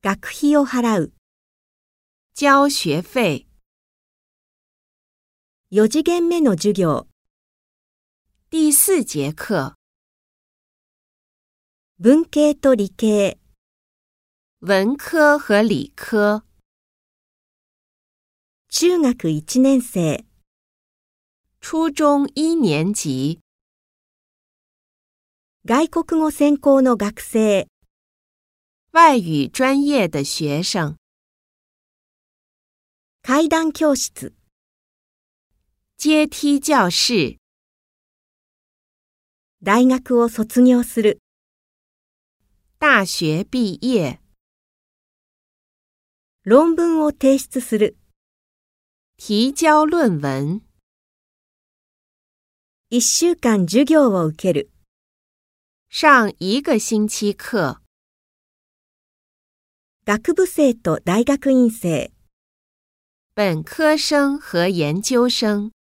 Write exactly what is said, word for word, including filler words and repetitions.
学費を払う。 交学费。 よ次元目の授業。 第四节课。 文系と理系。 文科和理科。 中学いちねん生。 初中一年级。 外国語専攻の学生。 外语专业的学生。 階段教室。 阶梯教室。 大学を卒業する。 大学毕业。 論文を提出する。 提交論文。 いっしゅうかん授業を受ける。 上一个星期课。 学部生と大学院生。 本科生和研究生。